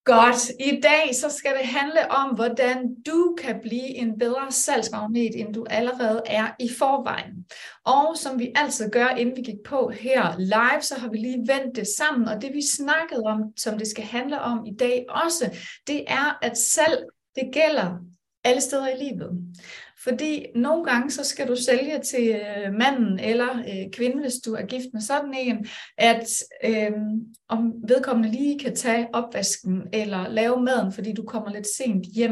Godt. I dag så skal det handle om, hvordan du kan blive en bedre salgsmagnet, end du allerede er i forvejen. Og som vi altid gør, inden vi gik på her live, så har vi lige vendt det sammen. Og det vi snakkede om, som det skal handle om i dag også, det er, at salg, det gælder alle steder i livet. Fordi nogle gange så skal du sælge til manden eller kvinden, hvis du er gift med sådan en, at om vedkommende lige kan tage opvasken eller lave maden, fordi du kommer lidt sent hjem,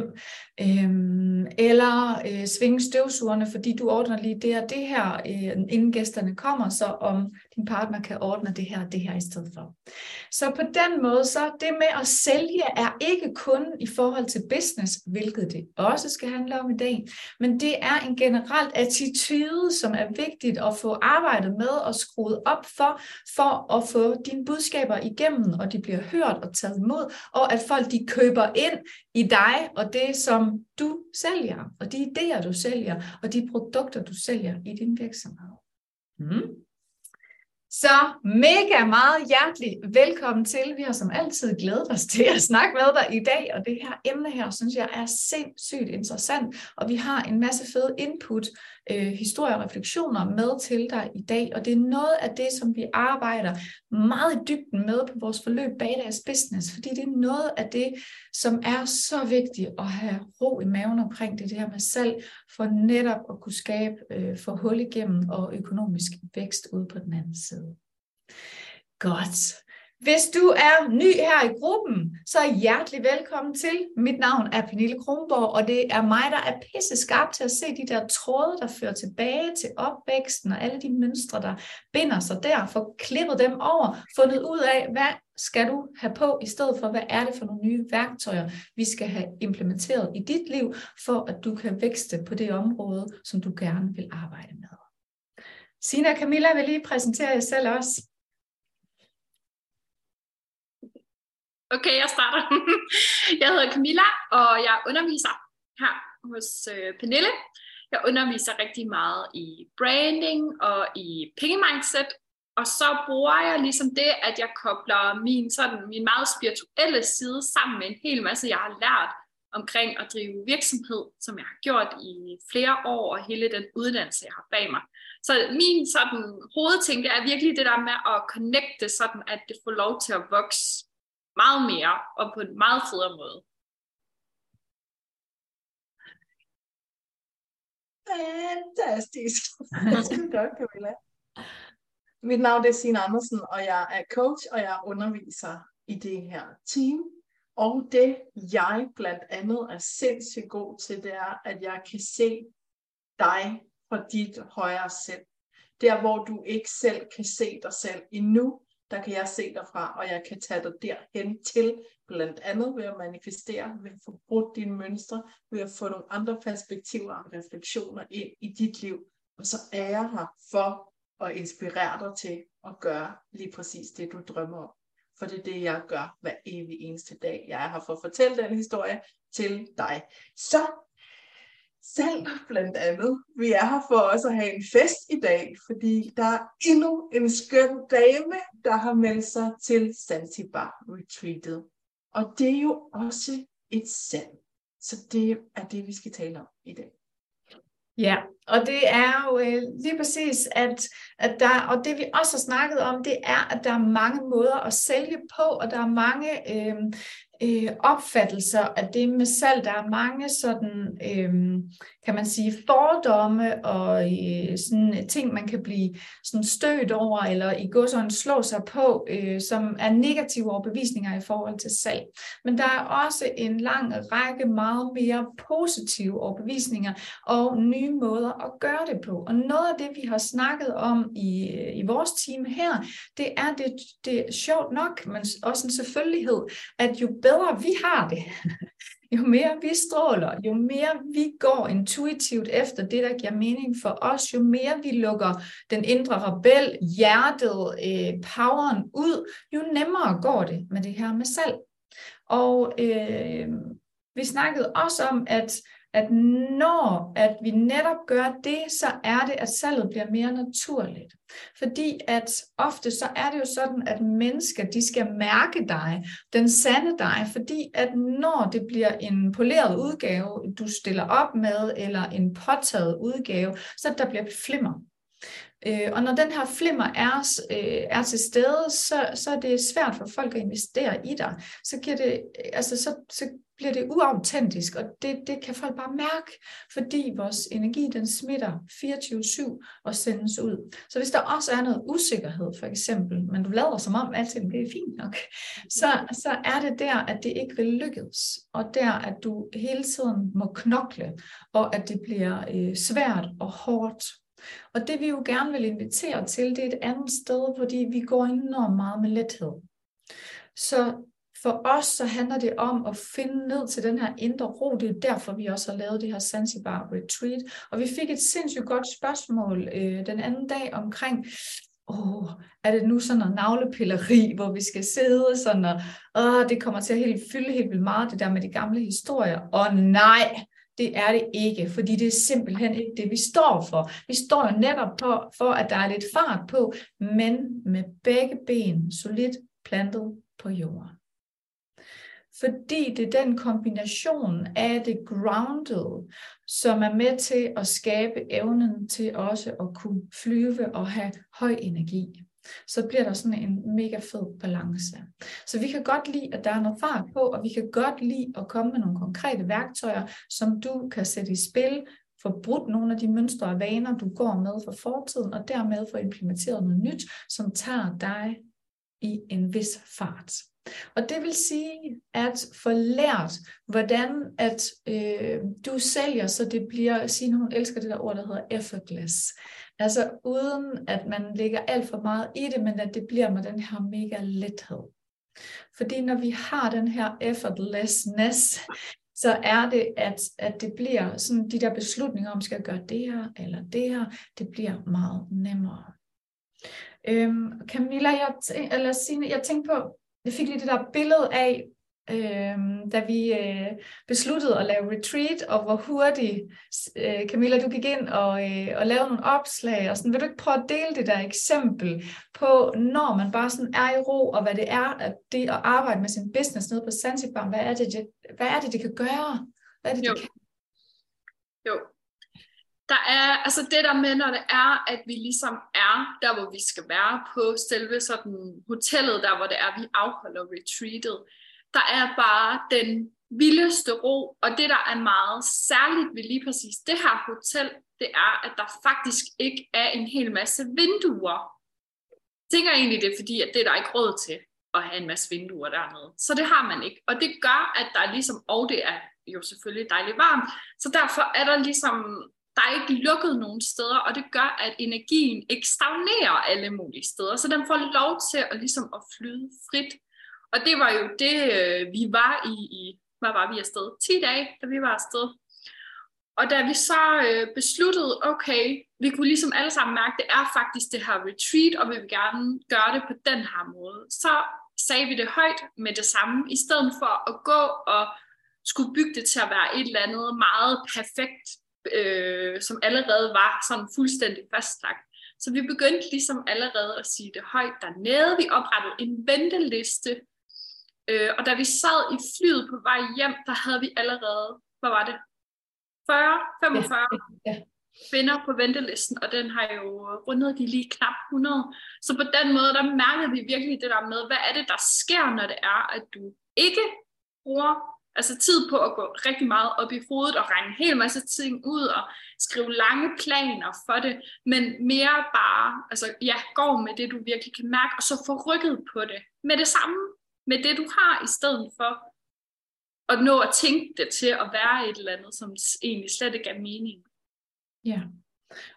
eller svinge støvsugerne, fordi du ordner lige det og det her, inden gæsterne kommer, så om din partner kan ordne det her i stedet for. Så på den måde, så det med at sælge er ikke kun i forhold til business, hvilket det også skal handle om i dag, men det er en generelt attitude, som er vigtigt at få arbejdet med og skruet op for at få dine budskaber igennem, og de bliver hørt og taget imod, og at folk de køber ind i dig og det, som du sælger, og de idéer, du sælger, og de produkter, du sælger i din virksomhed. Så mega meget hjertelig velkommen til. Vi har som altid glædet os til at snakke med dig i dag, og det her emne her, synes jeg er sindssygt interessant, og vi har en masse fede input, historier og refleksioner med til dig i dag, og det er noget af det, som vi arbejder meget i dybden med på vores forløb Badass Business, fordi det er noget af det, som er så vigtigt at have ro i maven omkring det her med salg, for netop at kunne skabe få hul igennem og økonomisk vækst ude på den anden side. Godt. Hvis du er ny her i gruppen, så er hjertelig velkommen til. Mit navn er Pernille Kronborg, og det er mig, der er pisse skarp til at se de der tråde, der fører tilbage til opvæksten, og alle de mønstre, der binder sig der, få klippet dem over, fundet ud af, hvad skal du have på i stedet for, hvad er det for nogle nye værktøjer, vi skal have implementeret i dit liv, for at du kan vækste på det område, som du gerne vil arbejde med. Sina og Camilla vil lige præsentere jer selv også. Okay, jeg starter. Jeg hedder Camilla, og jeg underviser her hos Pernille. Jeg underviser rigtig meget i branding og i penge mindset. Og så bruger jeg ligesom det, at jeg kobler min meget spirituelle side sammen med en hel masse, jeg har lært omkring at drive virksomhed, som jeg har gjort i flere år, og hele den uddannelse, jeg har bag mig. Så min sådan hovedting, det er virkelig det der med at connecte sådan, at det får lov til at vokse meget mere, og på en meget federe måde. Fantastisk. Godt, Camilla. Mit navn er Signe Andersen, og jeg er coach, og jeg underviser i det her team. Og det, jeg blandt andet er sindssygt god til, det er, at jeg kan se dig fra dit højere selv. Der, hvor du ikke selv kan se dig selv endnu, der kan jeg se dig fra, og jeg kan tage dig derhen til, blandt andet ved at manifestere, ved at få brudt dine mønstre, ved at få nogle andre perspektiver og refleksioner ind i dit liv. Og så er jeg her for at inspirere dig til at gøre lige præcis det, du drømmer om. For det er det, jeg gør hver evig eneste dag. Jeg er her for at fortælle den historie til dig. Så salg blandt andet. Vi er her for også at have en fest i dag, fordi der er endnu en skøn dame, der har meldt sig til Zanzibar Retreatet. Og det er jo også et salg. Så det er det, vi skal tale om i dag. Ja, og det er jo lige præcis, at der, og det vi også har snakket om, det er, at der er mange måder at sælge på, og der er mange opfattelser af det med salg. Der er mange sådan, kan man sige, fordomme og sådan ting, man kan blive sådan stødt over, eller i godsøjne slå sig på, som er negative overbevisninger i forhold til salg. Men der er også en lang række meget mere positive overbevisninger og nye måder at gøre det på. Og noget af det, vi har snakket om i vores team her, det er det er sjovt nok, men også en selvfølgelighed, at jo bedre vi har det, jo mere vi stråler, jo mere vi går intuitivt efter det, der giver mening for os, jo mere vi lukker den indre rebel, hjertet, poweren ud, jo nemmere går det med det her med salg. Og vi snakkede også om, at at når at vi netop gør det, så er det, at salget bliver mere naturligt. Fordi at ofte så er det jo sådan, at mennesker, de skal mærke dig, den sande dig, fordi at når det bliver en poleret udgave, du stiller op med, eller en påtaget udgave, så der bliver flimmer. Og når den her flimmer er til stede, så er det svært for folk at investere i dig. Så bliver det uautentisk, og det kan folk bare mærke, fordi vores energi, den smitter 24/7 og sendes ud. Så hvis der også er noget usikkerhed, for eksempel, men du lader som om, at det er fint nok, så er det der, at det ikke vil lykkes, og der, at du hele tiden må knokle, og at det bliver svært og hårdt. Og det vi jo gerne vil invitere til, det er et andet sted, fordi vi går enormt meget med lethed. Så for os så handler det om at finde ned til den her indre ro. Det er derfor, vi også har lavet det her Zanzibar Retreat. Og vi fik et sindssygt godt spørgsmål den anden dag omkring, er det nu sådan noget navlepilleri, hvor vi skal sidde sådan, og det kommer til at fylde helt vildt meget, det der med de gamle historier. Og nej, det er det ikke, fordi det er simpelthen ikke det, vi står for. Vi står jo netop for, at der er lidt fart på, men med begge ben solidt plantet på jorden. Fordi det er den kombination af det grounded, som er med til at skabe evnen til også at kunne flyve og have høj energi. Så bliver der sådan en mega fed balance. Så vi kan godt lide, at der er noget fart på, og vi kan godt lide at komme med nogle konkrete værktøjer, som du kan sætte i spil, få brudt nogle af de mønstre og vaner, du går med fra fortiden, og dermed få implementeret noget nyt, som tager dig i en vis fart. Og det vil sige, at få lært, hvordan at du sælger, så det bliver, Signe, hun elsker det der ord, der hedder effortless. Altså uden at man lægger alt for meget i det, men at det bliver med den her mega lethed. Fordi når vi har den her effortlessness, så er det, at det bliver sådan, de der beslutninger om, skal jeg gøre det her eller det her, det bliver meget nemmere. Camilla, jeg tænkte på, jeg fik lige det der billede af, da vi besluttede at lave retreat, og hvor hurtigt, Camilla, du gik ind og lavede nogle opslag, og sådan, vil du ikke prøve at dele det der eksempel på, når man bare sådan er i ro, og hvad det er, at det at arbejde med sin business nede på Zanzibar, hvad er det kan gøre? Hvad er det, det kan? Jo. Der er, altså det der med, når det er, at vi ligesom er der, hvor vi skal være på selve sådan hotellet, der hvor det er, vi afholder retreatet, der er bare den vildeste ro, og det der er meget særligt ved lige præcis det her hotel, det er, at der faktisk ikke er en hel masse vinduer. Jeg tænker egentlig, det er fordi, at det er der ikke råd til at have en masse vinduer dernede. Så det har man ikke, og det gør, at der er ligesom, og det er jo selvfølgelig dejligt varmt, så derfor er der ligesom, der er ikke lukket nogen steder, og det gør, at energien ikke stagnerer alle mulige steder, så den får lov til at, ligesom at flyde frit. Og det var jo det, vi var i hvad var vi afsted? 10 dage, da vi var afsted. Og da vi så besluttede, okay, vi kunne ligesom alle sammen mærke, det er faktisk det her retreat, og vi vil gerne gøre det på den her måde. Så sagde vi det højt med det samme, i stedet for at gå og skulle bygge det til at være et eller andet meget perfekt, som allerede var sådan fuldstændig fastlagt. Så vi begyndte ligesom allerede at sige det højt dernede. Vi oprettede en venteliste, og da vi sad i flyet på vej hjem, der havde vi allerede, hvad var det? 45 kvinder på ventelisten, og den har jo rundet de lige knap 100. Så på den måde, der mærkede vi virkelig det der med, hvad er det, der sker, når det er, at du ikke bruger tid på at gå rigtig meget op i hovedet og regne en hel masse ting ud og skrive lange planer for det, men mere bare, gå med det, du virkelig kan mærke, og så få rykket på det med det samme, med det, du har, i stedet for at nå at tænke det til at være et eller andet, som egentlig slet ikke er mening. Ja,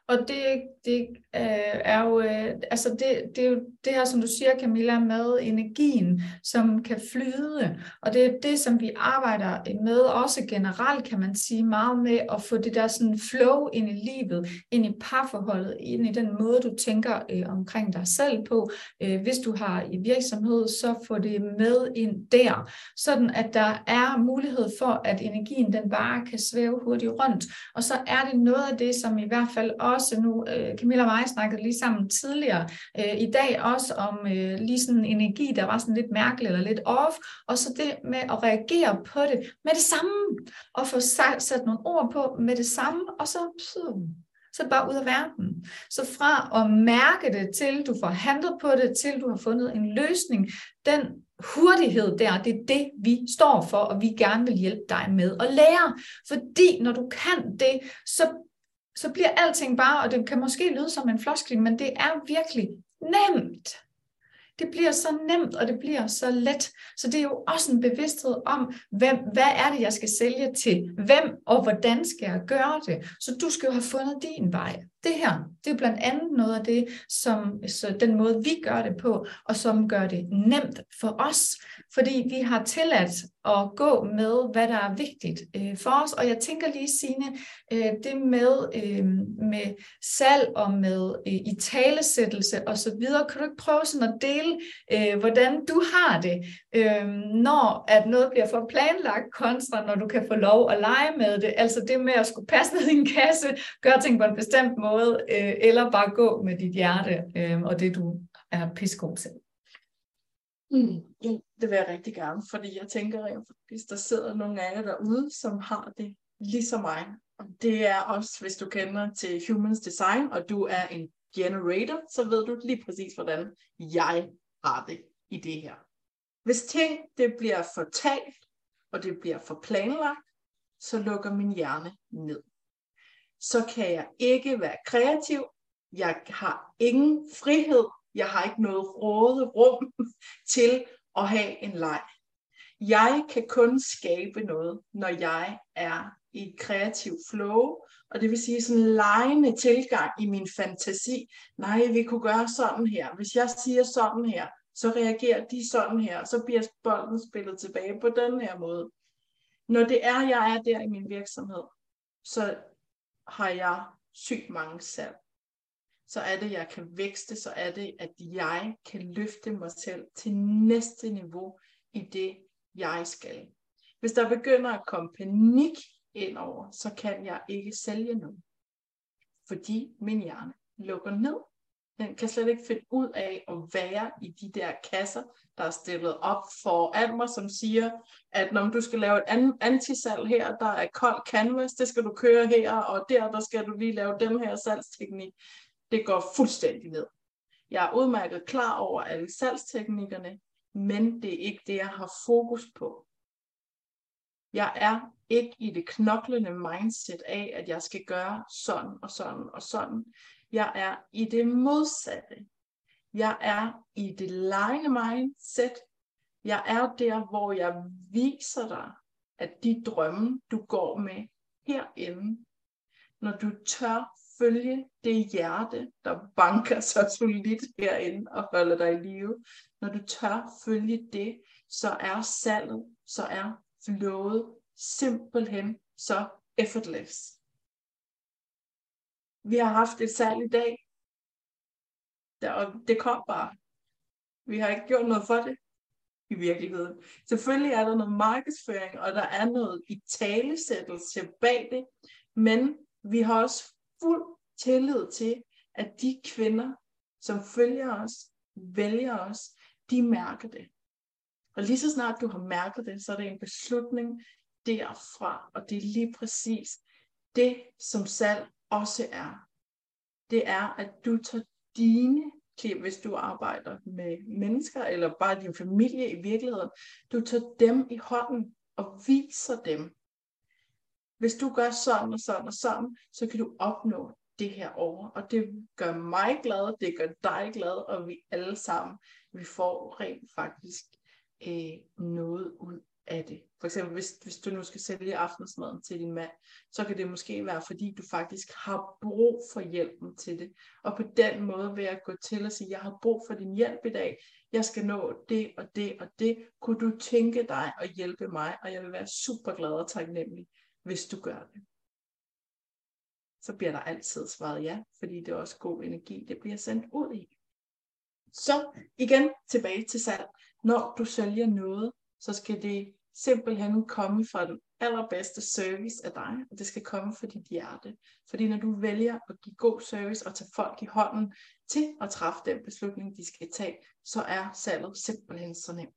Og det er jo, altså det er jo det her, som du siger, Camilla, med energien, som kan flyde. Og det er det, som vi arbejder med, også generelt, kan man sige, meget med at få det der sådan flow ind i livet, ind i parforholdet, ind i den måde, du tænker omkring dig selv på. Hvis du har i virksomhed, så få det med ind der, sådan at der er mulighed for, at energien den bare kan svæve hurtigt rundt. Og så er det noget af det, som i hvert fald også nu, Camilla og mig snakkede lige sammen tidligere i dag også om lige sådan en energi, der var sådan lidt mærkelig eller lidt off, og så det med at reagere på det med det samme, og få sat nogle ord på med det samme, og så er det bare ud af verden. Så fra at mærke det til, du får handlet på det, til du har fundet en løsning, den hurtighed der, det er det, vi står for, og vi gerne vil hjælpe dig med at lære. Fordi når du kan det, så bliver alting bare, og det kan måske lyde som en floskel, men det er virkelig nemt. Det bliver så nemt, og det bliver så let. Så det er jo også en bevidsthed om, hvad er det, jeg skal sælge til hvem, og hvordan skal jeg gøre det. Så du skal jo have fundet din vej. Det her, det er blandt andet noget af det, så den måde, vi gør det på, og som gør det nemt for os. Fordi vi har tilladt at gå med, hvad der er vigtigt for os. Og jeg tænker lige, Signe, det med salg og med italesættelse og så videre. Kan du ikke prøve sådan at dele, hvordan du har det, når at noget bliver for planlagt, kontra når du kan få lov at lege med det? Altså det med at skulle passe ned i en kasse, gøre ting på en bestemt måde, eller bare gå med dit hjerte og det, du er pissegod til. Det vil jeg rigtig gerne, fordi jeg tænker, hvis der sidder nogle af jer derude, som har det ligesom mig, og det er også, hvis du kender til Humans Design, og du er en generator, så ved du lige præcis, hvordan jeg har det i det her. Hvis ting, det bliver fortalt, og det bliver for planlagt, så lukker min hjerne ned. Så kan jeg ikke være kreativ, jeg har ingen frihed, jeg har ikke noget råderum til at have en leg. Jeg kan kun skabe noget, når jeg er i et kreativt flow, og det vil sige sådan en legende tilgang i min fantasi. Nej, vi kunne gøre sådan her. Hvis jeg siger sådan her, så reagerer de sådan her, så bliver bolden spillet tilbage på den her måde. Når det er, jeg er der i min virksomhed, så har jeg sygt mange salg. Så er det, jeg kan vækste, så er det, at jeg kan løfte mig selv til næste niveau i det, jeg skal. Hvis der begynder at komme panik indover, så kan jeg ikke sælge noget. Fordi min hjerne lukker ned. Den kan slet ikke finde ud af at være i de der kasser, der er stillet op foran mig, som siger, at når du skal lave et antisalg her, der er kold canvas, det skal du køre her, og der skal du lige lave den her salgsteknik. Det går fuldstændig ned. Jeg er udmærket klar over alle salgsteknikkerne, men det er ikke det, jeg har fokus på. Jeg er ikke i det knoklende mindset af, at jeg skal gøre sådan og sådan og sådan. Jeg er i det modsatte. Jeg er i det legende mindset. Jeg er der, hvor jeg viser dig, at de drømme, du går med herinde, når du tør følge det hjerte, der banker så solidt herinde og holder dig i live. Når du tør følge det, så er salget, så er flowet simpelthen så effortless. Vi har haft et salg i dag, og det kom bare. Vi har ikke gjort noget for det i virkeligheden. Selvfølgelig er der noget markedsføring, og der er noget italesættelse bag det, men vi har også fuld tillid til, at de kvinder, som følger os, vælger os, de mærker det. Og lige så snart du har mærket det, så er det en beslutning derfra, og det er lige præcis det, som salg også er. Det er, at du tager dine klip, hvis du arbejder med mennesker, eller bare din familie i virkeligheden, du tager dem i hånden og viser dem. Hvis du gør sådan og sådan og sådan, så kan du opnå det her over. Og det gør mig glad, det gør dig glad, og vi alle sammen, vi får rent faktisk noget ud af det. For eksempel, hvis du nu skal sælge aftensmaden til din mand, så kan det måske være, fordi du faktisk har brug for hjælpen til det. Og på den måde vil jeg gå til og sige, jeg har brug for din hjælp i dag. Jeg skal nå det og det og det. Kunne du tænke dig at hjælpe mig? Og jeg vil være super glad og taknemmelig, hvis du gør det. Så bliver der altid svaret ja, fordi det er også god energi, det bliver sendt ud i. Så igen tilbage til salg. Når du sælger noget, så skal det simpelthen komme fra den allerbedste service af dig, og det skal komme fra dit hjerte. Fordi når du vælger at give god service og tage folk i hånden til at træffe den beslutning, de skal tage, så er salget simpelthen så nemt.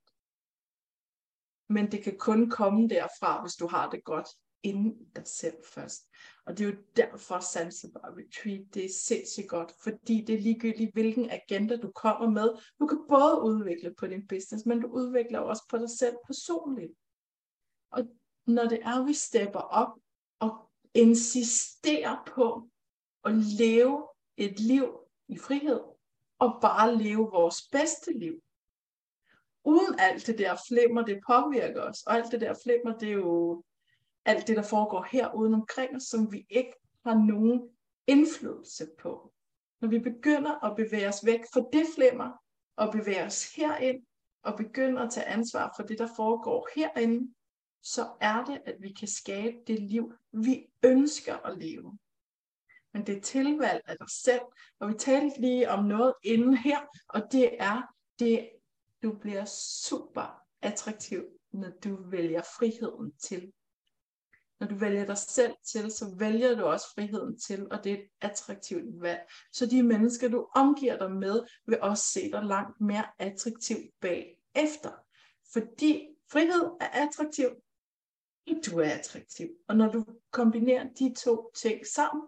Men det kan kun komme derfra, hvis du har det godt inden i dig selv først. Og det er jo derfor Zanzibar Retreat, det er sindssygt godt, fordi det er ligegyldigt, hvilken agenda du kommer med. Du kan både udvikle på din business, men du udvikler også på dig selv personligt. Og når det er, vi stepper op og insisterer på at leve et liv i frihed, og bare leve vores bedste liv, uden alt det der flimmer, det påvirker os, og alt det der flimmer, det er jo alt det, der foregår her uden omkring os, som vi ikke har nogen indflydelse på. Når vi begynder at bevæge os væk fra det flimmer, og bevæge os herind, og begynder at tage ansvar for det, der foregår herinde, så er det, at vi kan skabe det liv, vi ønsker at leve. Men det er tilvalg af dig selv, og vi talte lige om noget inden her, og det er, du bliver super attraktiv, når du vælger friheden til. Når du vælger dig selv til, så vælger du også friheden til, og det er et attraktivt valg. Så de mennesker, du omgiver dig med, vil også se dig langt mere attraktiv bagefter. Fordi frihed er attraktiv, og du er attraktiv. Og når du kombinerer de to ting sammen,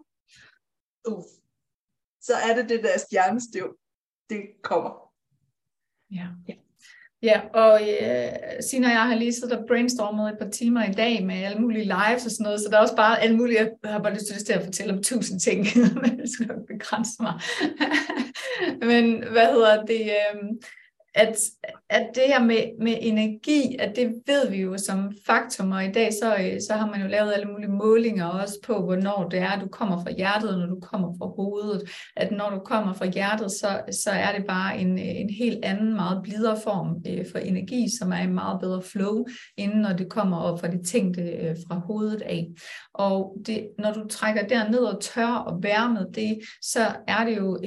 så er det der stjernestøv, det kommer. Ja. Ja, og Signe og jeg har lige siddet og brainstormet et par timer i dag med alle mulige lives og sådan noget, så der er også bare alle mulige, jeg har bare lyst til at fortælle om 1000 ting, men det skal nok begrænse mig. Men at det her med energi, at det ved vi jo som faktum, og i dag så har man jo lavet alle mulige målinger også på, hvornår det er, du kommer fra hjertet, og når du kommer fra hovedet. At når du kommer fra hjertet, så er det bare en helt anden, meget blidere form for energi, som er en meget bedre flow, inden når det kommer op fra det tænkte fra hovedet af. Og det, når du trækker derned og tør og være med det, så er det jo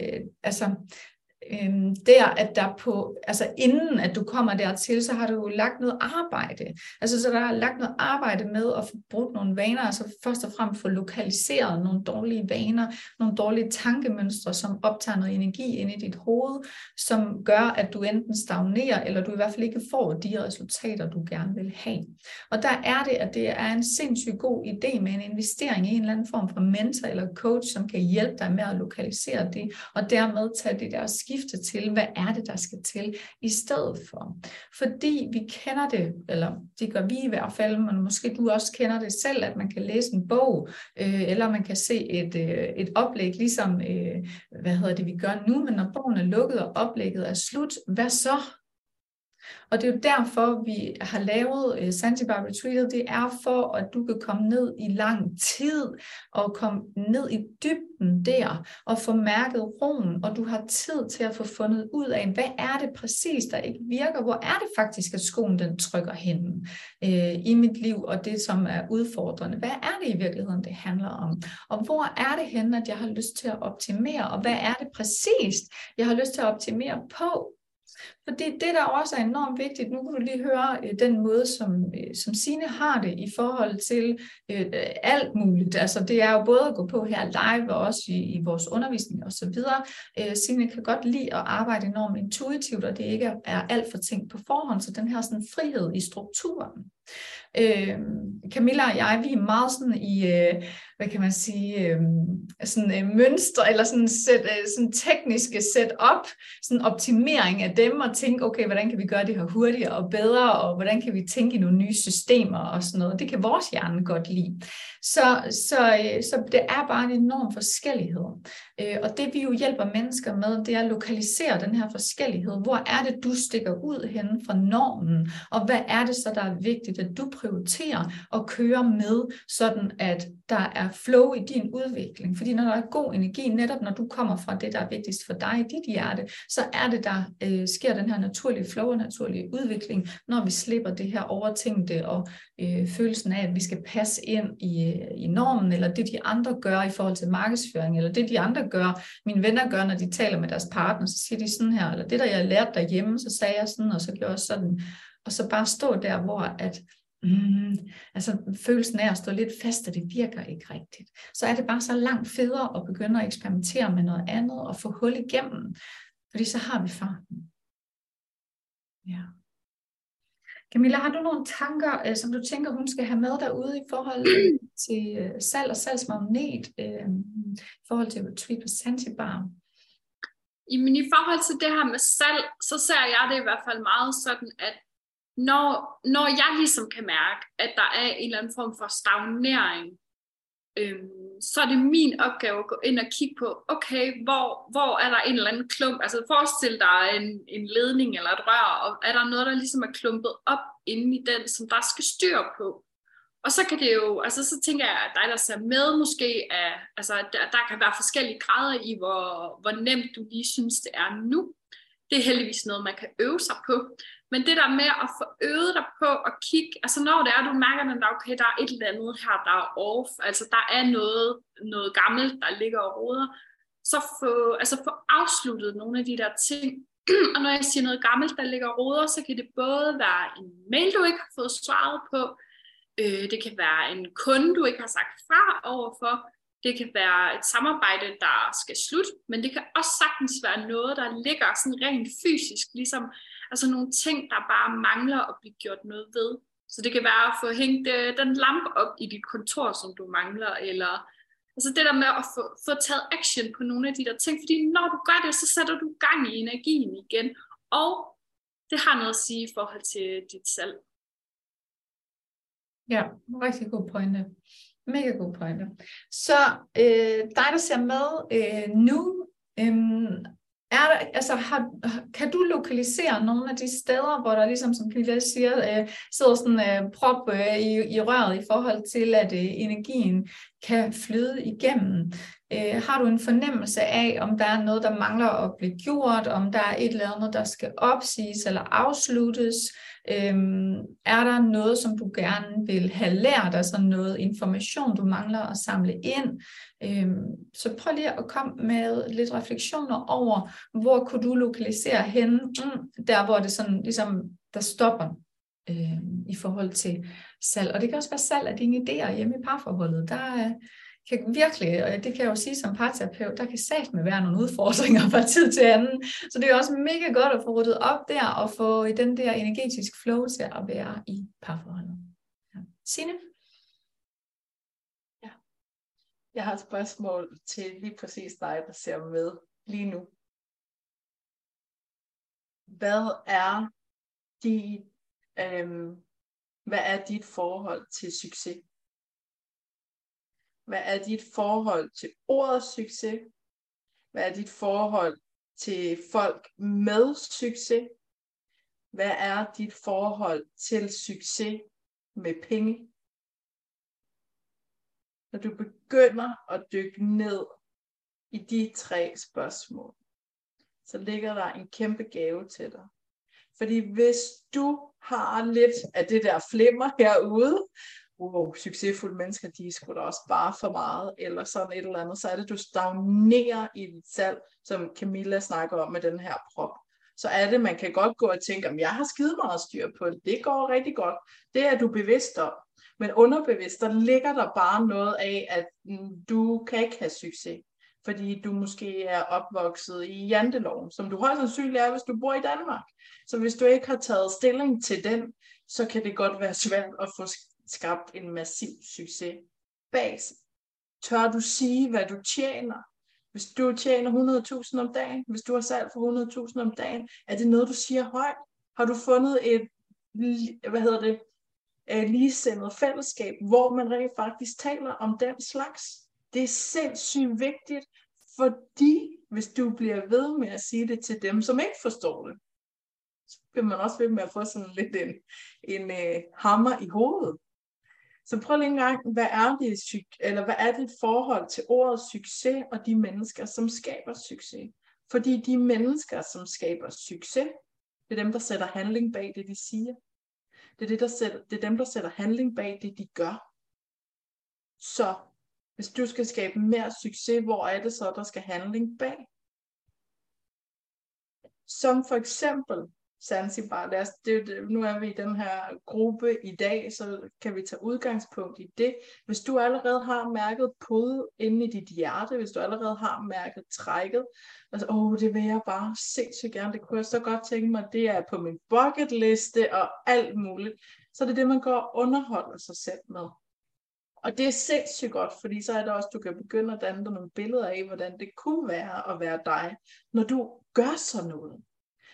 at der på, altså inden at du kommer dertil, så har du jo lagt noget arbejde. Altså så der er lagt noget arbejde med at få brugt nogle vaner, altså først og fremmest få lokaliseret nogle dårlige vaner, nogle dårlige tankemønstre, som optager noget energi ind i dit hoved, som gør, at du enten stagnerer, eller du i hvert fald ikke får de resultater, du gerne vil have. Og der er det, at det er en sindssygt god idé med en investering i en eller anden form for mentor eller coach, som kan hjælpe dig med at lokalisere det, og dermed tage det der skifte til, hvad er det, der skal til i stedet for. Fordi vi kender det, eller det gør vi i hvert fald, men måske du også kender det selv, at man kan læse en bog, eller man kan se et oplæg, ligesom vi gør nu, men når bogen er lukket og oplægget er slut, hvad så? Og det er jo derfor, vi har lavet Zanzibar Retreat. Det er for, at du kan komme ned i lang tid og komme ned i dybden der og få mærket roen, og du har tid til at få fundet ud af, hvad er det præcis, der ikke virker? Hvor er det faktisk, at skoen den trykker hen i mit liv, og det, som er udfordrende? Hvad er det i virkeligheden, det handler om? Og hvor er det hen, at jeg har lyst til at optimere? Og hvad er det præcis, jeg har lyst til at optimere på? Fordi det, der også er enormt vigtigt, nu kan du lige høre den måde, som Signe har det i forhold til alt muligt. Altså det er jo både at gå på her live og også i vores undervisning og så videre. Signe kan godt lide at arbejde enormt intuitivt, og det ikke er alt for tænkt på forhånd, så den her sådan frihed i strukturen. Camilla og jeg, vi er meget sådan i, hvad kan man sige, sådan mønstre, eller sådan tekniske setup, sådan optimering af dem, og tænke, okay, hvordan kan vi gøre det her hurtigere og bedre, og hvordan kan vi tænke i nogle nye systemer og sådan noget. Det kan vores hjerne godt lide. Så det er bare en enorm forskellighed. Og det vi jo hjælper mennesker med, det er at lokalisere den her forskellighed. Hvor er det, du stikker ud henne fra normen, og hvad er det så, der er vigtigt, at du prioriterer og kører med, sådan at der er flow i din udvikling. Fordi når der er god energi, netop når du kommer fra det, der er vigtigst for dig i dit hjerte, så er det, der sker den her naturlige flow og naturlige udvikling, når vi slipper det her overtænkte og følelsen af, at vi skal passe ind i normen, eller det de andre gør i forhold til markedsføring, eller det de andre gør, mine venner gør, når de taler med deres partner, så siger de sådan her, eller det der jeg lærte derhjemme, så sagde jeg sådan, og så gjorde jeg sådan, og så bare stå der, hvor at altså følelsen af at stå lidt fast, og det virker ikke rigtigt. Så er det bare så langt federe at begynde at eksperimentere med noget andet og få hul igennem, fordi så har vi farten. Ja. Camilla, har du nogle tanker, som du tænker, hun skal have med derude i forhold til salg og salgsmagnet, i forhold til Retreat og Zanzibar? Jamen i forhold til det her med salg, så ser jeg det i hvert fald meget sådan, at når jeg ligesom kan mærke, at der er en eller anden form for stagnering, så er det min opgave at gå ind og kigge på, okay, hvor er der en eller anden klump, altså forestil dig en ledning eller et rør, og er der noget, der ligesom er klumpet op inde i den, som der skal styr på. Og så kan det jo, altså så tænker jeg, at dig der ser med måske, altså der kan være forskellige grader i, hvor nemt du lige synes, det er nu. Det er heldigvis noget, man kan øve sig på. Men det der med at få øvet dig på at kigge, altså når det er, du mærker, at okay, der er et eller andet her, der er off, altså der er noget gammelt, der ligger og roder, så få afsluttet nogle af de der ting. Og når jeg siger noget gammelt, der ligger og roder, så kan det både være en mail, du ikke har fået svaret på, det kan være en kunde, du ikke har sagt fra overfor, det kan være et samarbejde, der skal slutte, men det kan også sagtens være noget, der ligger sådan rent fysisk, ligesom altså nogle ting, der bare mangler at blive gjort noget ved. Så det kan være at få hængt den lampe op i dit kontor, som du mangler, eller altså det der med at få taget action på nogle af de der ting, fordi når du gør det, så sætter du gang i energien igen, og det har noget at sige i forhold til dit salg. Ja, rigtig god pointe. Mega god pointe. Så dig, der ser med nu, kan du lokalisere nogle af de steder, hvor der ligesom, som Camilla siger, sidder sådan prop i røret i forhold til, at energien kan flyde igennem? Har du en fornemmelse af, om der er noget, der mangler at blive gjort, om der er et eller andet, der skal opsiges eller afsluttes? Er der noget, som du gerne vil have lært, altså noget information, du mangler at samle ind? Så prøv lige at komme med lidt refleksioner over, hvor kunne du lokalisere henne, der hvor det sådan ligesom, der stopper i forhold til salg. Og det kan også være salg af dine idéer hjemme i parforholdet. Der kan virkelig, og det kan jeg jo sige som parterapeut, der kan satme være nogle udfordringer fra tid til anden. Så det er også mega godt at få ryddet op der, og få den der energetisk flow til at være i parforholdet. Ja. Signe? Ja. Jeg har et spørgsmål til lige præcis dig, der ser med lige nu. Hvad er dit forhold til succes? Hvad er dit forhold til ordet succes? Hvad er dit forhold til folk med succes? Hvad er dit forhold til succes med penge? Når du begynder at dykke ned i de 3 spørgsmål, så ligger der en kæmpe gave til dig. Fordi hvis du har lidt af det der flimmer herude, succesfulde mennesker, de er sgu da også bare for meget, eller sådan et eller andet, så er det, du stagnerer i dit salg, som Camilla snakker om med den her prop. Så er det, man kan godt gå og tænke, om jeg har skide meget styr på det. Det går rigtig godt. Det er du bevidst om. Men underbevidst, der ligger der bare noget af, at du kan ikke have succes. Fordi du måske er opvokset i janteloven, som du højst sandsynligt er, hvis du bor i Danmark. Så hvis du ikke har taget stilling til den, så kan det godt være svært at få skabt en massiv succes bag sig. Tør du sige, hvad du tjener? Hvis du tjener 100.000 om dagen, hvis du har salg for 100.000 om dagen, er det noget, du siger højt? Har du fundet et, ligesindet fællesskab, hvor man rent faktisk taler om den slags? Det er sindssygt vigtigt, fordi hvis du bliver ved med at sige det til dem, som ikke forstår det, så bliver man også ved med at få sådan lidt en hammer i hovedet. Så prøv lige en gang, hvad er det forhold til ordet succes og de mennesker, som skaber succes? Fordi de mennesker, som skaber succes, det er dem, der sætter handling bag det, de siger. Det er dem, der sætter handling bag det, de gør. Så hvis du skal skabe mere succes, hvor er det så, der skal handling bag? Som for eksempel Zanzibar. Nu er vi i den her gruppe i dag, så kan vi tage udgangspunkt i det. Hvis du allerede har mærket pudet inde i dit hjerte, hvis du allerede har mærket trækket, altså, det vil jeg bare sindssygt gerne, det kunne jeg så godt tænke mig, det er på min bucketliste og alt muligt, så det er det, man går og underholder sig selv med. Og det er sindssygt godt, fordi så er det også, du kan begynde at danne nogle billeder af, hvordan det kunne være at være dig, når du gør sådan noget.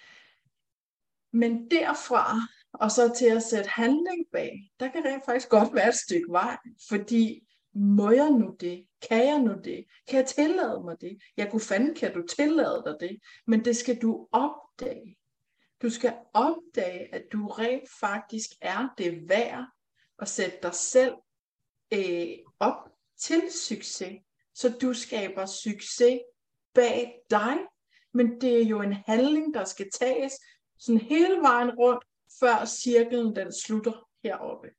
Men derfra, og så til at sætte handling bag, der kan rent faktisk godt være et stykke vej, fordi må jeg nu det? Kan jeg nu det? Kan jeg tillade mig det? Ja, gud fanden kan du tillade dig det? Men det skal du opdage. Du skal opdage, at du rent faktisk er det værd at sætte dig selv op til succes, så du skaber succes bag dig. Men det er jo en handling, der skal tages sådan hele vejen rundt, før cirklen den slutter heroppe.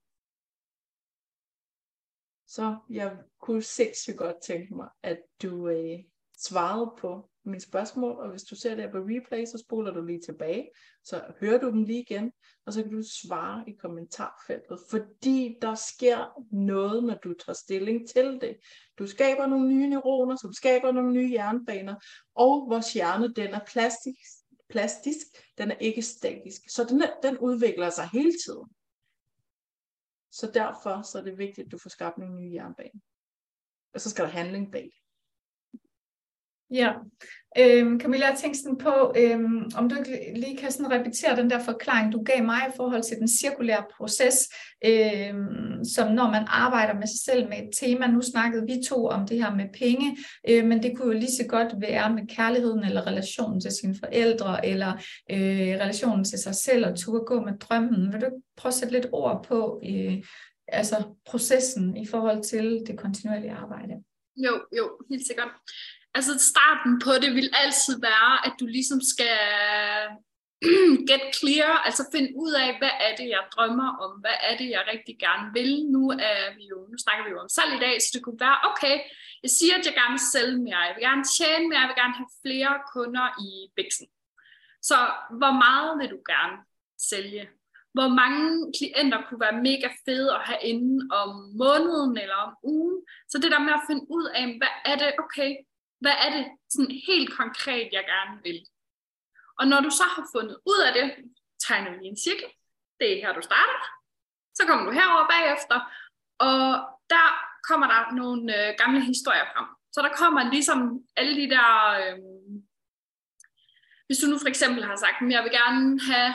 Så jeg kunne sindssygt godt tænke mig, at du svarede på mine spørgsmål, og hvis du ser det på replay, så spoler du lige tilbage, så hører du dem lige igen, og så kan du svare i kommentarfeltet, fordi der sker noget, når du tager stilling til det. Du skaber nogle nye neuroner, som skaber nogle nye jernbaner, og vores hjerne, den er plastisk, den er ikke statisk, så den udvikler sig hele tiden. Så derfor så er det vigtigt, at du får skabt nogle nye jernbaner. Og så skal der handling bag. Ja, Camilla, jeg tænkte sådan på, om du lige kan sådan repetere den der forklaring, du gav mig i forhold til den cirkulære proces, som når man arbejder med sig selv med et tema. Nu snakkede vi to om det her med penge, men det kunne jo lige så godt være med kærligheden eller relationen til sine forældre, eller relationen til sig selv og turde gå med drømmen. Vil du prøve at sætte lidt ord på altså processen i forhold til det kontinuerlige arbejde? Jo, helt sikkert. Altså starten på det vil altid være, at du ligesom skal get clear, altså finde ud af, hvad er det, jeg drømmer om, hvad er det, jeg rigtig gerne vil. Nu snakker vi jo om salg i dag, så det kunne være, okay, jeg siger, at jeg gerne vil sælge mere, jeg vil gerne tjene mere, jeg vil gerne have flere kunder i biksen. Så hvor meget vil du gerne sælge? Hvor mange klienter kunne være mega fede at have inde om måneden eller om ugen? Så det der med at finde ud af, hvad er det, okay, hvad er det sådan helt konkret, jeg gerne vil? Og når du så har fundet ud af det, tegner vi en cirkel. Det er her, du starter. Så kommer du herover bagefter, og der kommer der nogle gamle historier frem. Så der kommer ligesom alle de der... hvis du nu for eksempel har sagt, at jeg vil gerne have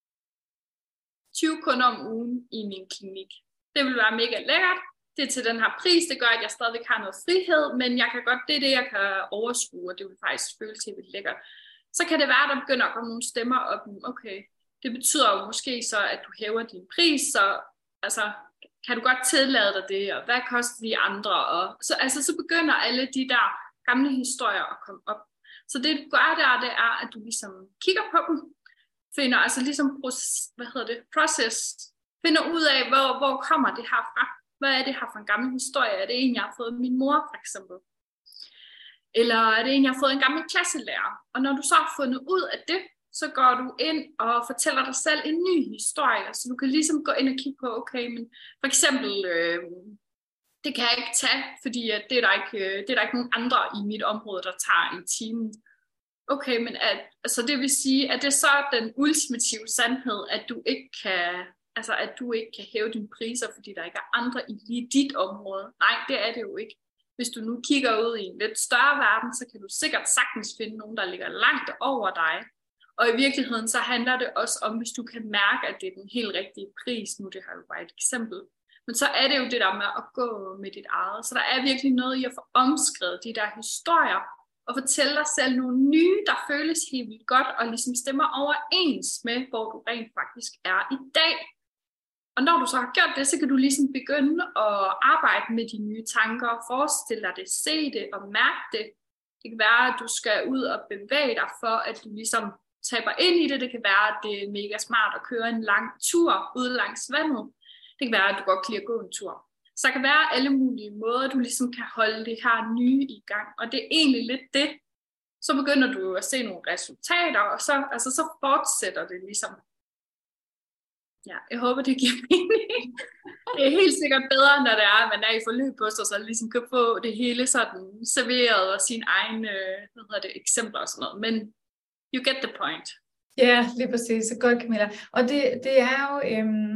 20 kunder om ugen i min klinik. Det vil være mega lækkert. Det er til den her pris, det gør, at jeg stadigvæk har noget frihed, men jeg kan godt, det er det, jeg kan overskue, og det vil faktisk føle til lidt lækkert. Så kan det være, at der begynder at komme nogle stemmer op. Okay, det betyder jo måske så, at du hæver din pris, så altså, kan du godt tillade dig det, og hvad koster de andre? Og så begynder alle de der gamle historier at komme op. Så det du gør der, det er, at du ligesom kigger på dem, finder altså ligesom process, finder ud af, hvor kommer det her fra? Hvad er det her for en gammel historie? Er det en, jeg har fået af min mor, for eksempel? Eller er det en, jeg har fået af en gammel klasselærer? Og når du så har fundet ud af det, så går du ind og fortæller dig selv en ny historie. Så du kan ligesom gå ind og kigge på, okay, men for eksempel, det kan jeg ikke tage, fordi det er der ikke nogen andre i mit område, der tager en time. Okay, men det vil sige, at det er så den ultimative sandhed, at du ikke kan Altså, at du ikke kan hæve dine priser, fordi der ikke er andre i lige dit område. Nej, det er det jo ikke. Hvis du nu kigger ud i en lidt større verden, så kan du sikkert sagtens finde nogen, der ligger langt over dig. Og i virkeligheden, så handler det også om, hvis du kan mærke, at det er den helt rigtige pris. Nu, det har jo bare et eksempel. Men så er det jo det der med at gå med dit eget. Så der er virkelig noget i at få omskrevet de der historier, og fortælle dig selv nogle nye, der føles helt vildt godt, og ligesom stemmer overens med, hvor du rent faktisk er i dag. Og når du så har gjort det, så kan du ligesom begynde at arbejde med de nye tanker, forestille dig det, se det og mærke det. Det kan være, at du skal ud og bevæge dig for, at du ligesom taber ind i det. Det kan være, at det er mega smart at køre en lang tur ude langs vandet. Det kan være, at du godt kan lide at gå en tur. Så der kan være alle mulige måder, du ligesom kan holde det her nye i gang. Og det er egentlig lidt det. Så begynder du at se nogle resultater, og så fortsætter det ligesom. Ja, jeg håber, det giver mening. Det er helt sikkert bedre, når det er, at man er i forløb på sig, så ligesom kan få det hele sådan serveret og sine egne eksempler og sådan noget. Men you get the point. Ja, lige præcis. Så godt, Camilla. Og det er jo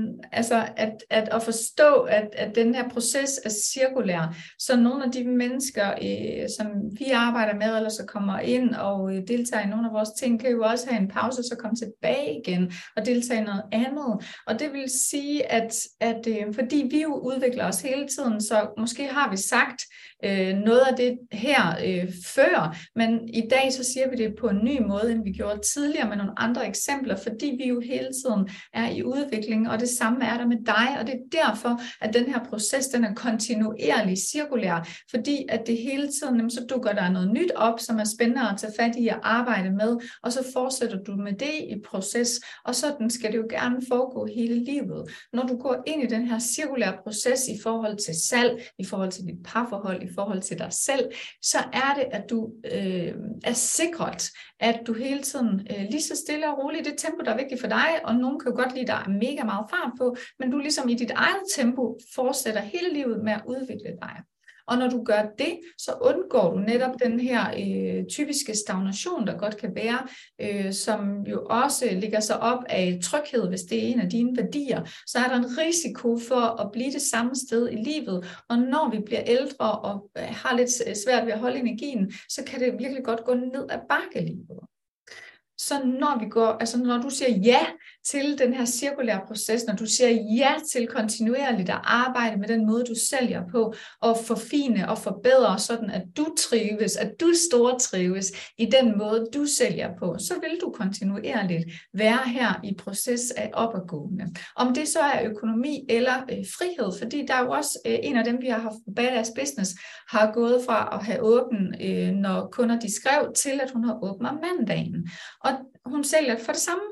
at forstå, at den her proces er cirkulær. Så nogle af de mennesker, som vi arbejder med, eller så kommer ind og deltager i nogle af vores ting, kan jo også have en pause, så komme tilbage igen og deltage i noget andet. Og det vil sige, at fordi vi jo udvikler os hele tiden, så måske har vi sagt noget af det her før, men i dag så siger vi det på en ny måde, end vi gjorde tidligere med nogle andre eksempler, fordi vi jo hele tiden er i udvikling, og det samme er der med dig, og det er derfor, at den her proces, den er kontinuerlig cirkulær, fordi at det hele tiden, så dukker der noget nyt op, som er spændende at tage fat i at arbejde med, og så fortsætter du med det i proces, og sådan skal det jo gerne foregå hele livet. Når du går ind i den her cirkulære proces i forhold til salg, i forhold til dit parforhold, i forhold til dig selv, så er det, at du er sikret, at du hele tiden lige så stille og roligt i det tempo, der er vigtigt for dig, og nogen kan jo godt lide, der er mega meget fart på, men du ligesom i dit eget tempo fortsætter hele livet med at udvikle dig. Og når du gør det, så undgår du netop den her typiske stagnation, der godt kan være, som jo også ligger sig op af tryghed, hvis det er en af dine værdier. Så er der en risiko for at blive det samme sted i livet, og når vi bliver ældre og har lidt svært ved at holde energien, så kan det virkelig godt gå ned ad bakkelivet. Så når du siger ja til den her cirkulære proces, når du siger ja til kontinuerligt at arbejde med den måde, du sælger på, og forfine og forbedre, sådan at du trives, at du stortrives i den måde, du sælger på, så vil du kontinuerligt være her i proces af opadgående. Om det så er økonomi eller frihed, fordi der er jo også en af dem, vi har haft på Badass Business, har gået fra at have åben, når kunder de skrev, til at hun har åbnet om mandagen. Og hun sælger for det samme.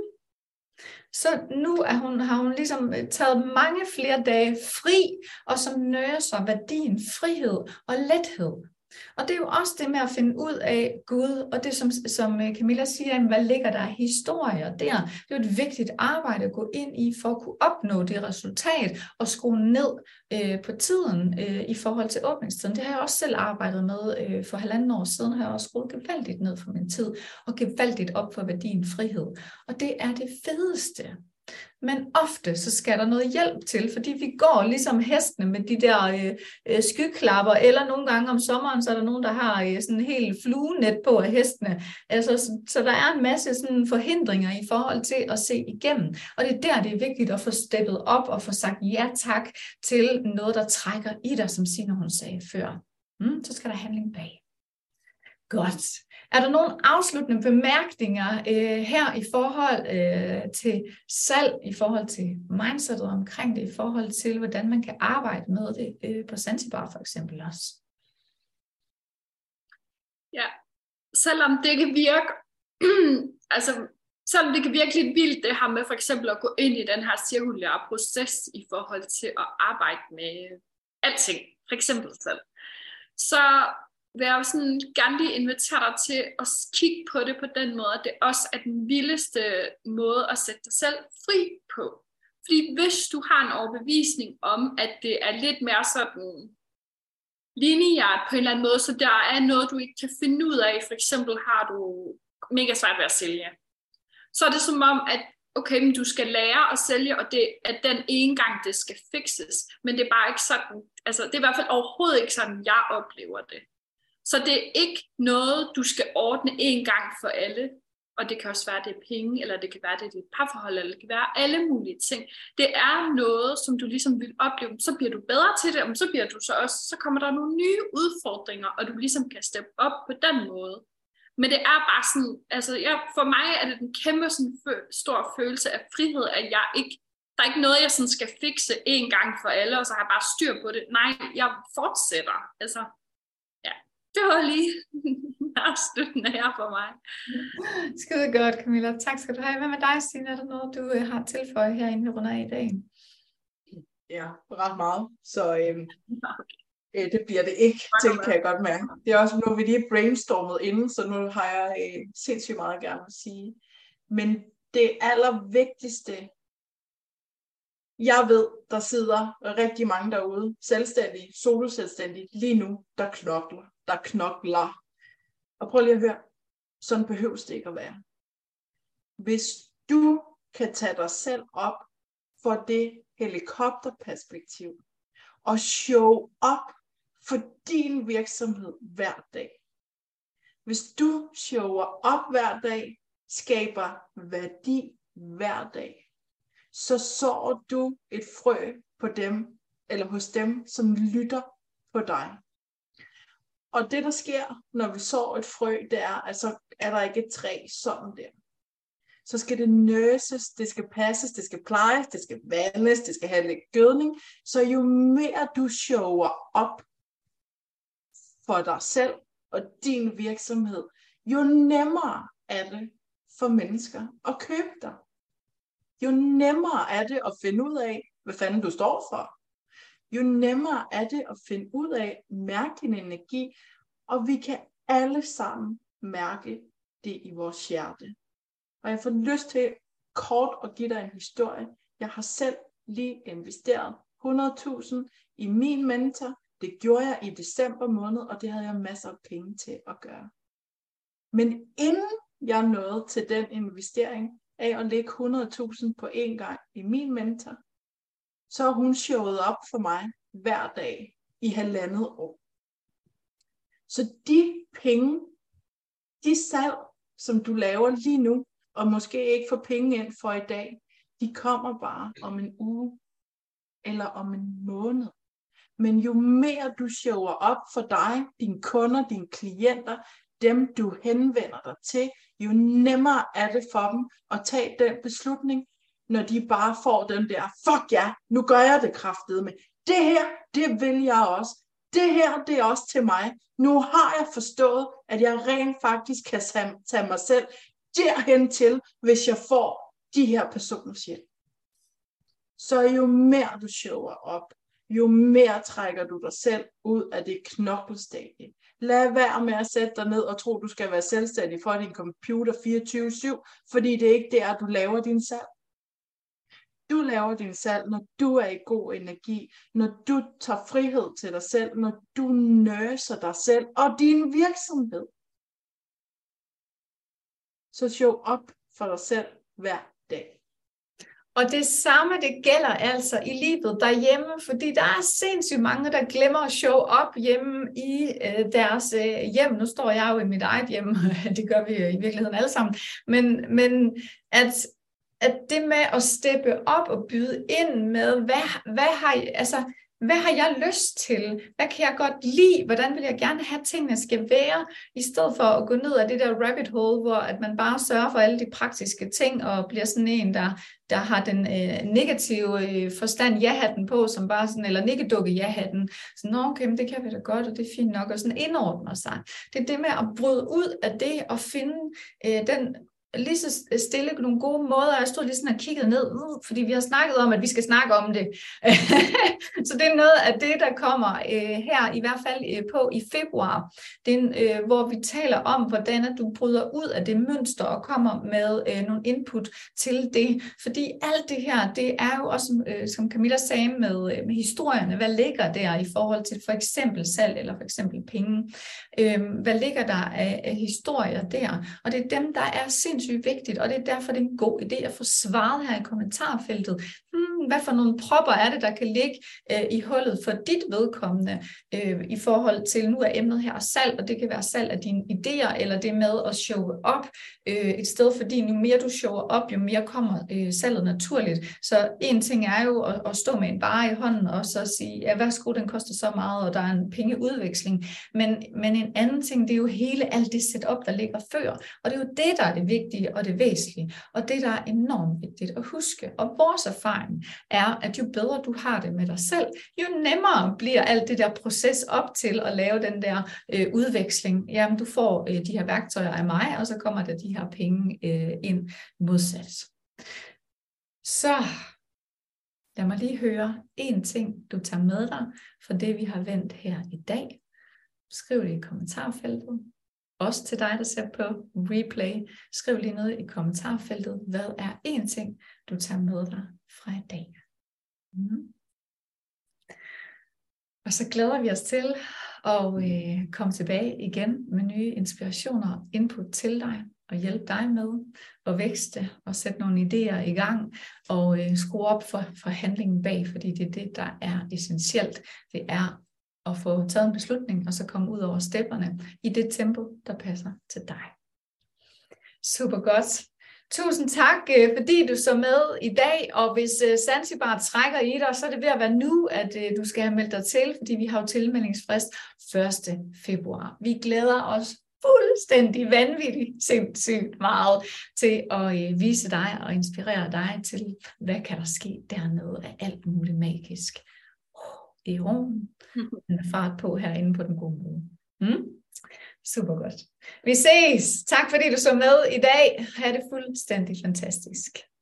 Så nu har hun ligesom taget mange flere dage fri, og som nøjer værdien frihed og lethed. Og det er jo også det med at finde ud af Gud, og det som Camilla siger, hvad ligger der af historier der? Det er jo et vigtigt arbejde at gå ind i, for at kunne opnå det resultat, og skrue ned på tiden i forhold til åbningstiden. Det har jeg også selv arbejdet med for 1,5 år siden, har jeg også skruet gevaldigt ned for min tid, og gevaldigt op for værdien frihed. Og det er det fedeste. Men ofte så skal der noget hjælp til, fordi vi går ligesom hestene med de der skyklapper, eller nogle gange om sommeren, så er der nogen, der har sådan en helt fluenet på af hestene. Altså, så der er en masse sådan forhindringer i forhold til at se igennem. Og det er der, det er vigtigt at få steppet op og få sagt ja tak til noget, der trækker i dig, som Signe hun sagde før. Så skal der handling bag. Godt. Er der nogle afsluttende bemærkninger her i forhold til salg, i forhold til mindsetet omkring det, i forhold til, hvordan man kan arbejde med det på Zanzibar for eksempel også? Ja, selvom det kan virke, selvom det kan virke lidt vildt, det her med for eksempel at gå ind i den her cirkulære proces i forhold til at arbejde med alting, for eksempel selv, så vil jeg sådan gerne lige invitere dig til at kigge på det på den måde, at det også er den vildeste måde at sætte dig selv fri på. Fordi hvis du har en overbevisning om, at det er lidt mere sådan lineært på en eller anden måde, så der er noget, du ikke kan finde ud af, for eksempel har du mega svært ved at sælge, så er det som om, at okay, men du skal lære at sælge, og det er den ene gang, det skal fikses. Men det er bare ikke sådan, altså det er i hvert fald overhovedet ikke sådan, jeg oplever det. Så det er ikke noget, du skal ordne én gang for alle. Og det kan også være, det er penge, eller det kan være, det er et parforhold, eller det kan være alle mulige ting. Det er noget, som du ligesom vil opleve. Så bliver du bedre til det, og så bliver du så også, så kommer der nogle nye udfordringer, og du ligesom kan steppe op på den måde. Men det er bare sådan, altså for mig er det en kæmpe sådan stor følelse af frihed, at der er ikke noget, jeg sådan skal fikse én gang for alle, og så har jeg bare styr på det. Nej, jeg fortsætter. Altså, ja, det var lige afsluttende her for mig. Skide godt, Camilla. Tak skal du have. Hvad med dig, Stine? Er der noget, du har tilføjet herinde, vi runder af i dag? Ja, ret meget. Så det bliver det ikke til, kan jeg godt mærke. Det er også nu, vi lige brainstormet inden, så nu har jeg sindssygt meget gerne at sige. Men det allervigtigste, jeg ved, der sidder rigtig mange derude, selvstændige, soloselvstændige, lige nu, der knokler. Og prøv lige at høre, sådan behøves det ikke at være. Hvis du kan tage dig selv op for det helikopterperspektiv, og show op for din virksomhed hver dag. Hvis du shower op hver dag, skaber værdi hver dag, så sår du et frø på dem, eller hos dem, som lytter på dig. Og det, der sker, når vi sår et frø, det er, at så er der ikke et træ sådan der. Så skal det nøses, det skal passes, det skal plejes, det skal vandes, det skal have lidt gødning. Så jo mere du shower op for dig selv og din virksomhed, jo nemmere er det for mennesker at købe dig. Jo nemmere er det at finde ud af, hvad fanden du står for. Jo nemmere er det at finde ud af, mærke din energi, og vi kan alle sammen mærke det i vores hjerte. Og jeg får lyst til kort at give dig en historie. Jeg har selv lige investeret 100.000 i min mentor. Det gjorde jeg i december måned, og det havde jeg masser af penge til at gøre. Men inden jeg nåede til den investering af at lægge 100.000 på én gang i min mentor, så har hun showet op for mig hver dag i 1,5 år. Så de penge, de salg, som du laver lige nu, og måske ikke får penge ind for i dag, de kommer bare om en uge eller om en måned. Men jo mere du shower op for dig, dine kunder, dine klienter, dem du henvender dig til, jo nemmere er det for dem at tage den beslutning, når de bare får den der, fuck ja, nu gør jeg det kraftedeme. Det her, det vil jeg også. Det her, det er også til mig. Nu har jeg forstået, at jeg rent faktisk kan tage mig selv derhen til, hvis jeg får de her personers hjælp. Så jo mere du shower op, jo mere trækker du dig selv ud af det knoklestadie. Lad være med at sætte dig ned og tro, du skal være selvstændig for din computer 24/7, fordi det er ikke der, du laver din salg. Du laver din salg, når du er i god energi, når du tager frihed til dig selv, når du nurser dig selv og din virksomhed. Så show op for dig selv hver dag. Og det samme, det gælder altså i livet derhjemme, fordi der er sindssygt mange, der glemmer at show op hjemme i deres hjem. Nu står jeg jo i mit eget hjem, det gør vi i virkeligheden alle sammen, men at det med at steppe op og byde ind med, hvad har jeg lyst til? Hvad kan jeg godt lide? Hvordan vil jeg gerne have tingene skal være? I stedet for at gå ned ad det der rabbit hole, hvor at man bare sørger for alle de praktiske ting, og bliver sådan en, der har den negative forstand ja-hatten på, som bare sådan, eller nikkedukke ja-hatten. Sådan, okay, men det kan vi da godt, og det er fint nok, og sådan indordner sig. Det er det med at bryde ud af det, og finde den lige så stille nogle gode måder. Jeg stod lige sådan og kiggede ned, fordi vi har snakket om, at vi skal snakke om det. Så det er noget af det, der kommer her, i hvert fald på i februar, hvor vi taler om, hvordan du bryder ud af det mønster og kommer med nogle input til det. Fordi alt det her, det er jo også, som Camilla sagde, med historierne. Hvad ligger der i forhold til for eksempel salg eller for eksempel penge? Hvad ligger der af historier der? Og det er dem, der er sindssygt sindssygt vigtigt, og det er derfor, det er en god idé at få svaret her i kommentarfeltet. Hvad for nogle propper er det, der kan ligge i hullet for dit vedkommende i forhold til, nu er emnet her salg, og det kan være salg af dine idéer, eller det med at showe op et sted, fordi jo mere du shower op, jo mere kommer salget naturligt. Så en ting er jo at stå med en vare i hånden, og så sige, ja, værsgo, den koster så meget, og der er en pengeudveksling. Men en anden ting, det er jo hele alt det setup, der ligger før, og det er jo det, der er det vigtige og det væsentlige, og det, der er enormt vigtigt at huske. Og vores erfaring er, at jo bedre du har det med dig selv, jo nemmere bliver alt det der proces op til at lave den der udveksling. Jamen, du får de her værktøjer af mig, og så kommer der de her penge ind modsat. Så lad mig lige høre en ting, du tager med dig for det, vi har vendt her i dag. Skriv det i kommentarfeltet. Også til dig, der ser på replay. Skriv lige ned i kommentarfeltet, hvad er en ting, du tager med dig fra i dag. Og så glæder vi os til at komme tilbage igen med nye inspirationer og input til dig, og hjælpe dig med at vækste og sætte nogle idéer i gang og skrue op for handlingen bag, fordi det er det, der er essentielt. Det er at få taget en beslutning og så komme ud over stepperne i det tempo, der passer til dig. Super godt. Tusind tak, fordi du så med i dag, og hvis Zanzibar trækker i dig, så er det ved at være nu, at du skal have meldt dig til, fordi vi har jo tilmeldingsfrist 1. februar. Vi glæder os fuldstændig vanvittigt sindssygt meget til at vise dig og inspirere dig til, hvad kan der ske dernede af alt muligt magisk. I Rom. En fart på herinde på den gode måde. Super godt. Vi ses. Tak fordi du så med i dag. Ha' det fuldstændig fantastisk.